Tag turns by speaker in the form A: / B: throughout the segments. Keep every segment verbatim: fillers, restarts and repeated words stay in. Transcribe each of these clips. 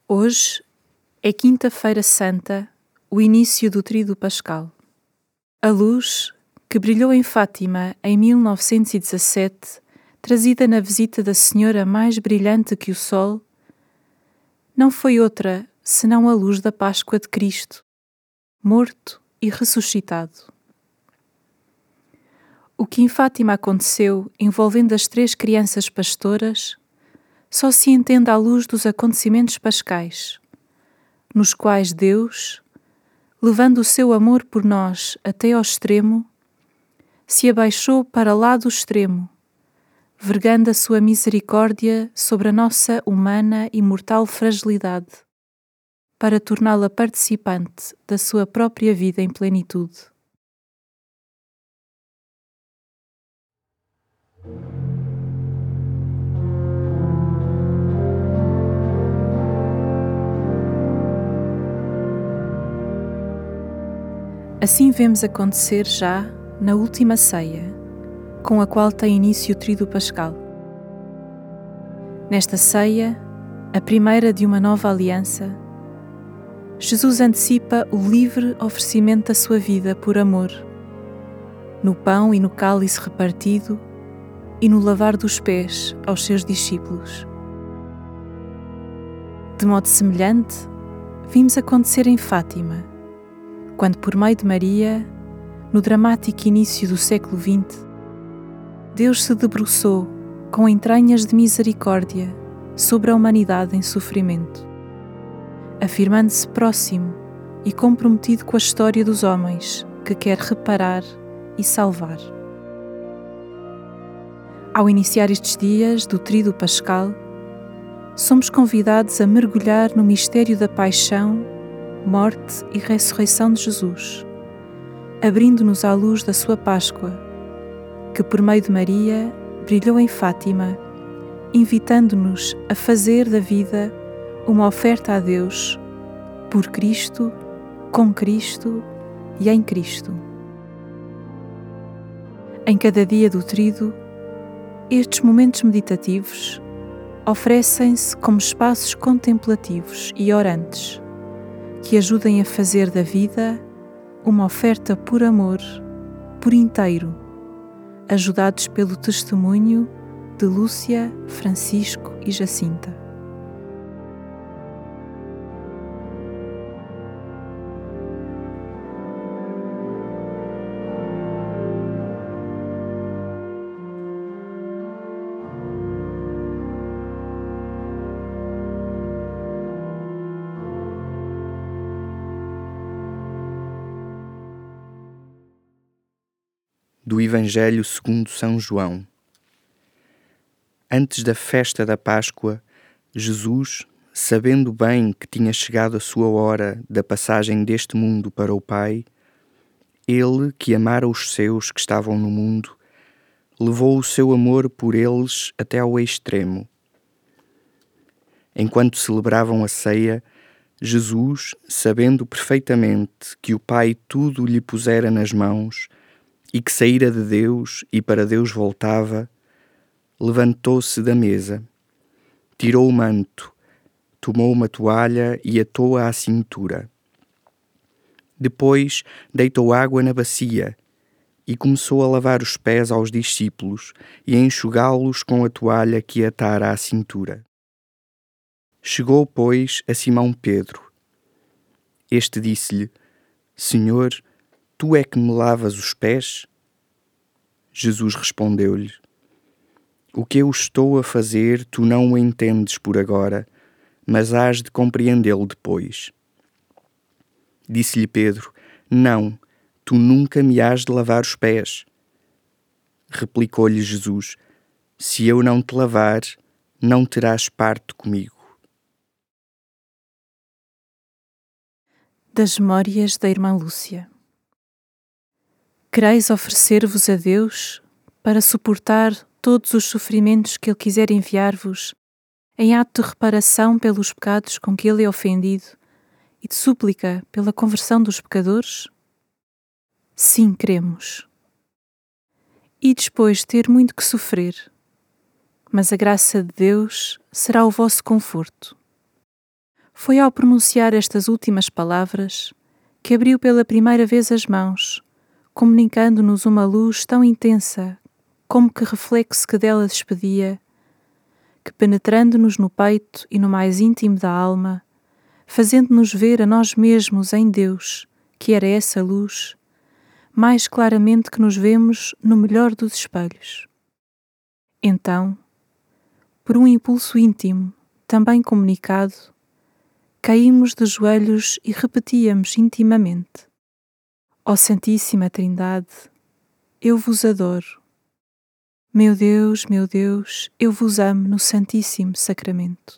A: Hoje é Quinta-feira Santa, o início do Tríduo Pascal. A luz, que brilhou em Fátima em mil novecentos e dezassete, trazida na visita da Senhora mais brilhante que o sol, não foi outra senão a luz da Páscoa de Cristo, morto e ressuscitado. O que em Fátima aconteceu envolvendo as três crianças pastoras só se entende à luz dos acontecimentos pascais, nos quais Deus, levando o seu amor por nós até ao extremo, se abaixou para lá do extremo, vergando a sua misericórdia sobre a nossa humana e mortal fragilidade, para torná-la participante da sua própria vida em plenitude. Assim vemos acontecer já na última ceia, com a qual tem início o Tríduo Pascal. Nesta ceia, a primeira de uma nova aliança, Jesus antecipa o livre oferecimento da sua vida por amor, no pão e no cálice repartido e no lavar dos pés aos seus discípulos. De modo semelhante, vimos acontecer em Fátima, quando por meio de Maria, no dramático início do século vinte, Deus se debruçou com entranhas de misericórdia sobre a humanidade em sofrimento, afirmando-se próximo e comprometido com a história dos homens que quer reparar e salvar. Ao iniciar estes dias do Tríduo Pascal, somos convidados a mergulhar no mistério da paixão, morte e ressurreição de Jesus, abrindo-nos à luz da sua Páscoa, que por meio de Maria brilhou em Fátima, invitando-nos a fazer da vida uma oferta a Deus, por Cristo, com Cristo e em Cristo. Em cada dia do Tríduo, estes momentos meditativos oferecem-se como espaços contemplativos e orantes, que ajudem a fazer da vida uma oferta por amor, por inteiro, ajudados pelo testemunho de Lúcia, Francisco e Jacinta.
B: Do Evangelho segundo São João. Antes da festa da Páscoa, Jesus, sabendo bem que tinha chegado a sua hora da passagem deste mundo para o Pai, ele, que amara os seus que estavam no mundo, levou o seu amor por eles até ao extremo. Enquanto celebravam a ceia, Jesus, sabendo perfeitamente que o Pai tudo lhe pusera nas mãos, e que saíra de Deus e para Deus voltava, levantou-se da mesa, tirou o manto, tomou uma toalha e atou-a à cintura. Depois deitou água na bacia e começou a lavar os pés aos discípulos e a enxugá-los com a toalha que atara à cintura. Chegou, pois, a Simão Pedro. Este disse-lhe: Senhor, tu é que me lavas os pés? Jesus respondeu-lhe: O que eu estou a fazer tu não o entendes por agora, mas hás de compreendê-lo depois. Disse-lhe Pedro: Não, tu nunca me hás de lavar os pés. Replicou-lhe Jesus: Se eu não te lavar, não terás parte comigo.
A: Das Memórias da Irmã Lúcia. Quereis oferecer-vos a Deus para suportar todos os sofrimentos que Ele quiser enviar-vos, em ato de reparação pelos pecados com que Ele é ofendido e de súplica pela conversão dos pecadores? Sim, queremos. E depois ter muito que sofrer, mas a graça de Deus será o vosso conforto. Foi ao pronunciar estas últimas palavras que abriu pela primeira vez as mãos, comunicando-nos uma luz tão intensa como que reflexo que dela despedia, que penetrando-nos no peito e no mais íntimo da alma, fazendo-nos ver a nós mesmos em Deus, que era essa luz, mais claramente que nos vemos no melhor dos espelhos. Então, por um impulso íntimo, também comunicado, caímos de joelhos e repetíamos intimamente: Ó Santíssima Trindade, eu vos adoro. Meu Deus, meu Deus, eu vos amo no Santíssimo Sacramento.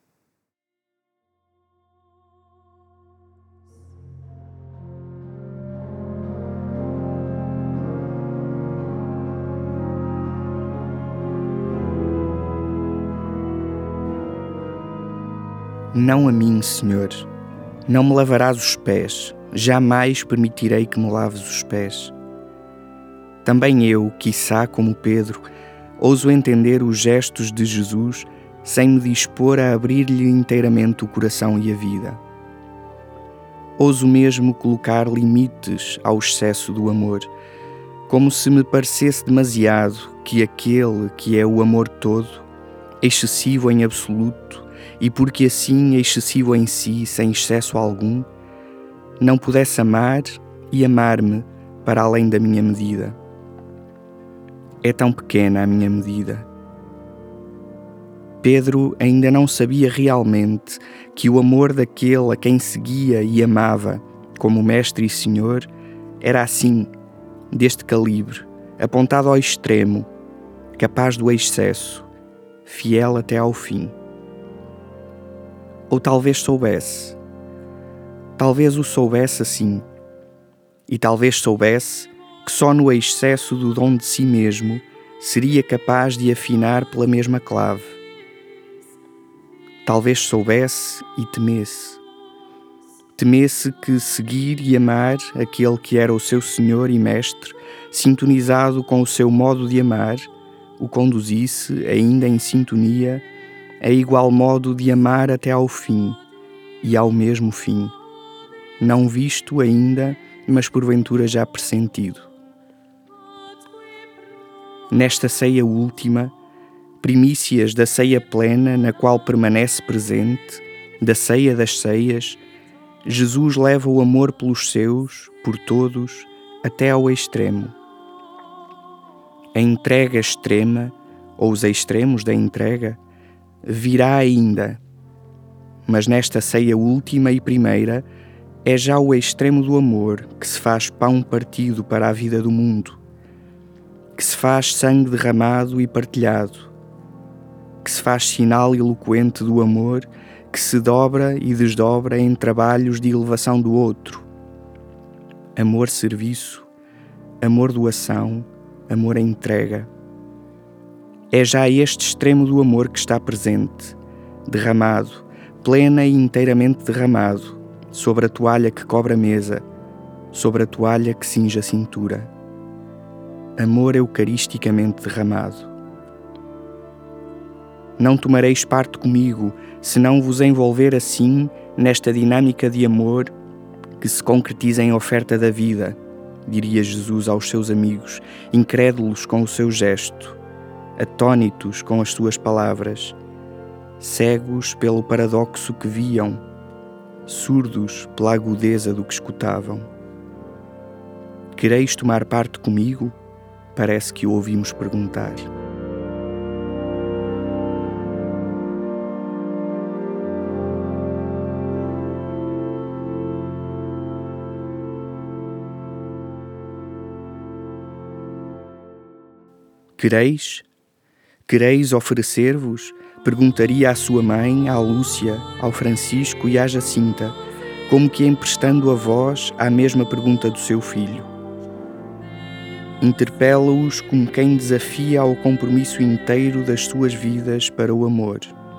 B: Não a mim, Senhor, não me lavarás os pés, jamais permitirei que me laves os pés. Também eu, quiçá como Pedro, ouso entender os gestos de Jesus sem me dispor a abrir-lhe inteiramente o coração e a vida. Ouso mesmo colocar limites ao excesso do amor, como se me parecesse demasiado que aquele que é o amor todo, excessivo em absoluto, e porque assim excessivo em si, sem excesso algum, não pudesse amar e amar-me para além da minha medida. É tão pequena a minha medida. Pedro ainda não sabia realmente que o amor daquele a quem seguia e amava como Mestre e Senhor era assim, deste calibre, apontado ao extremo, capaz do excesso, fiel até ao fim. Ou talvez soubesse, talvez o soubesse assim, e talvez soubesse que só no excesso do dom de si mesmo seria capaz de afinar pela mesma clave. Talvez soubesse e temesse. Temesse que seguir e amar aquele que era o seu Senhor e Mestre, sintonizado com o seu modo de amar, o conduzisse, ainda em sintonia, a igual modo de amar até ao fim, e ao mesmo fim, não visto ainda, mas porventura já pressentido. Nesta ceia última, primícias da ceia plena na qual permanece presente, da ceia das ceias, Jesus leva o amor pelos seus, por todos, até ao extremo. A entrega extrema, ou os extremos da entrega, virá ainda, mas nesta ceia última e primeira é já o extremo do amor que se faz pão partido para a vida do mundo, que se faz sangue derramado e partilhado, que se faz sinal eloquente do amor que se dobra e desdobra em trabalhos de elevação do outro. Amor-serviço, amor-doação, amor-entrega. É já este extremo do amor que está presente, derramado, plena e inteiramente derramado, sobre a toalha que cobre a mesa, sobre a toalha que cinge a cintura. Amor eucaristicamente derramado. Não tomareis parte comigo, se não vos envolver assim nesta dinâmica de amor que se concretiza em oferta da vida, diria Jesus aos seus amigos, incrédulos com o seu gesto, atônitos com as suas palavras, cegos pelo paradoxo que viam, surdos pela agudeza do que escutavam. Quereis tomar parte comigo? Parece que o ouvimos perguntar. Quereis? Quereis oferecer-vos? Perguntaria à sua mãe, à Lúcia, ao Francisco e à Jacinta, como que emprestando a voz à mesma pergunta do seu filho. Interpela-os como quem desafia ao compromisso inteiro das suas vidas para o amor.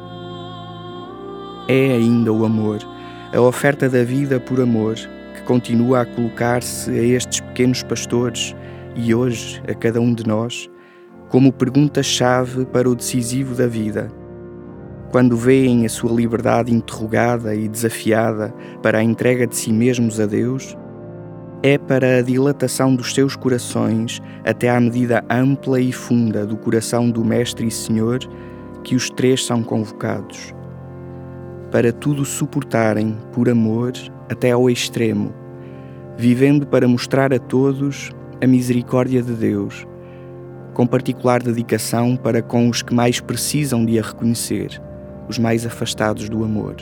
B: É ainda o amor, a oferta da vida por amor, que continua a colocar-se a estes pequenos pastores e hoje a cada um de nós, como pergunta-chave para o decisivo da vida. quando veem a sua liberdade interrogada e desafiada para a entrega de si mesmos a Deus, é para a dilatação dos seus corações até à medida ampla e funda do coração do Mestre e Senhor que os três são convocados, para tudo suportarem por amor até ao extremo, vivendo para mostrar a todos a misericórdia de Deus, com particular dedicação para com os que mais precisam de a reconhecer, os mais afastados do amor.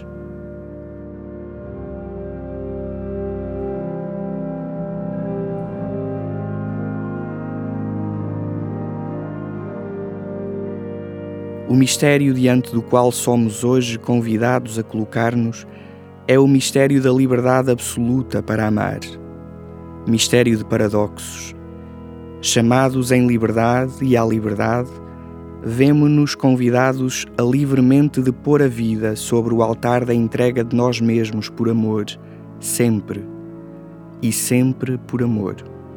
B: O mistério diante do qual somos hoje convidados a colocar-nos é o mistério da liberdade absoluta para amar. Mistério de paradoxos. Chamados em liberdade e à liberdade, vemo-nos convidados a livremente de pôr a vida sobre o altar da entrega de nós mesmos por amor, sempre, e sempre por amor.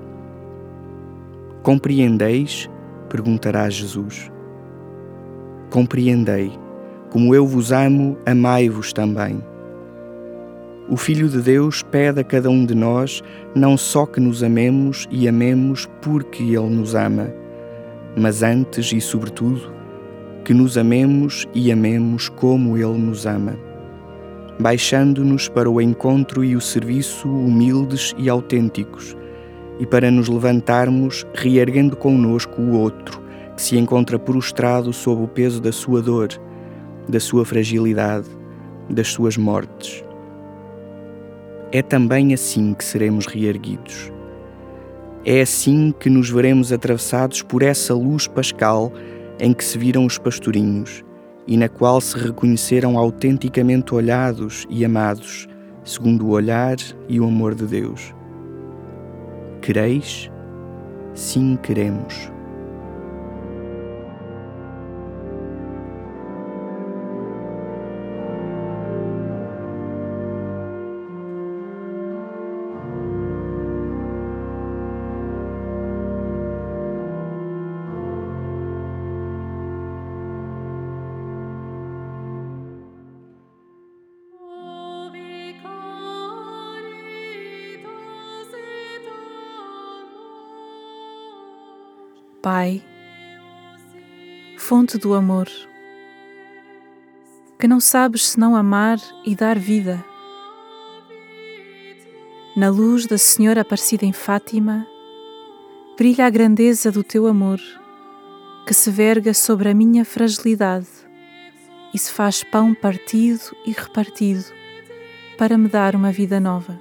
B: Compreendeis? Perguntará Jesus. Compreendei, como eu vos amo, amai-vos também. O Filho de Deus pede a cada um de nós não só que nos amemos e amemos porque Ele nos ama, mas antes e sobretudo, que nos amemos e amemos como Ele nos ama, baixando-nos para o encontro e o serviço humildes e autênticos, e para nos levantarmos reerguendo connosco o outro, que se encontra prostrado sob o peso da sua dor, da sua fragilidade, das suas mortes. É também assim que seremos reerguidos. É assim que nos veremos atravessados por essa luz pascal em que se viram os pastorinhos e na qual se reconheceram autenticamente olhados e amados, segundo o olhar e o amor de Deus. Quereis? Sim, queremos.
A: Pai, fonte do amor, que não sabes senão amar e dar vida. Na luz da Senhora Aparecida em Fátima, brilha a grandeza do teu amor, que se verga sobre a minha fragilidade e se faz pão partido e repartido para me dar uma vida nova.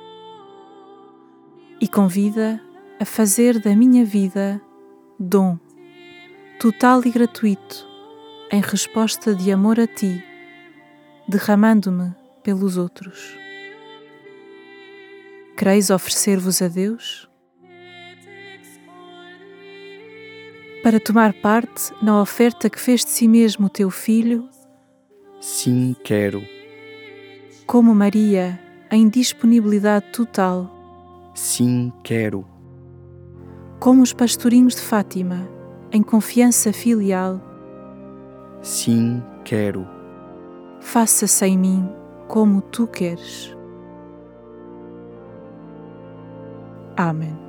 A: E convida a fazer da minha vida dom, total e gratuito, em resposta de amor a ti, derramando-me pelos outros. Quereis oferecer-vos a Deus? Para tomar parte na oferta que fez de si mesmo o teu Filho?
B: Sim, quero.
A: Como Maria, em disponibilidade total?
B: Sim, quero.
A: Como os pastorinhos de Fátima, em confiança filial?
B: Sim, quero.
A: Faça-se em mim como tu queres. Amém.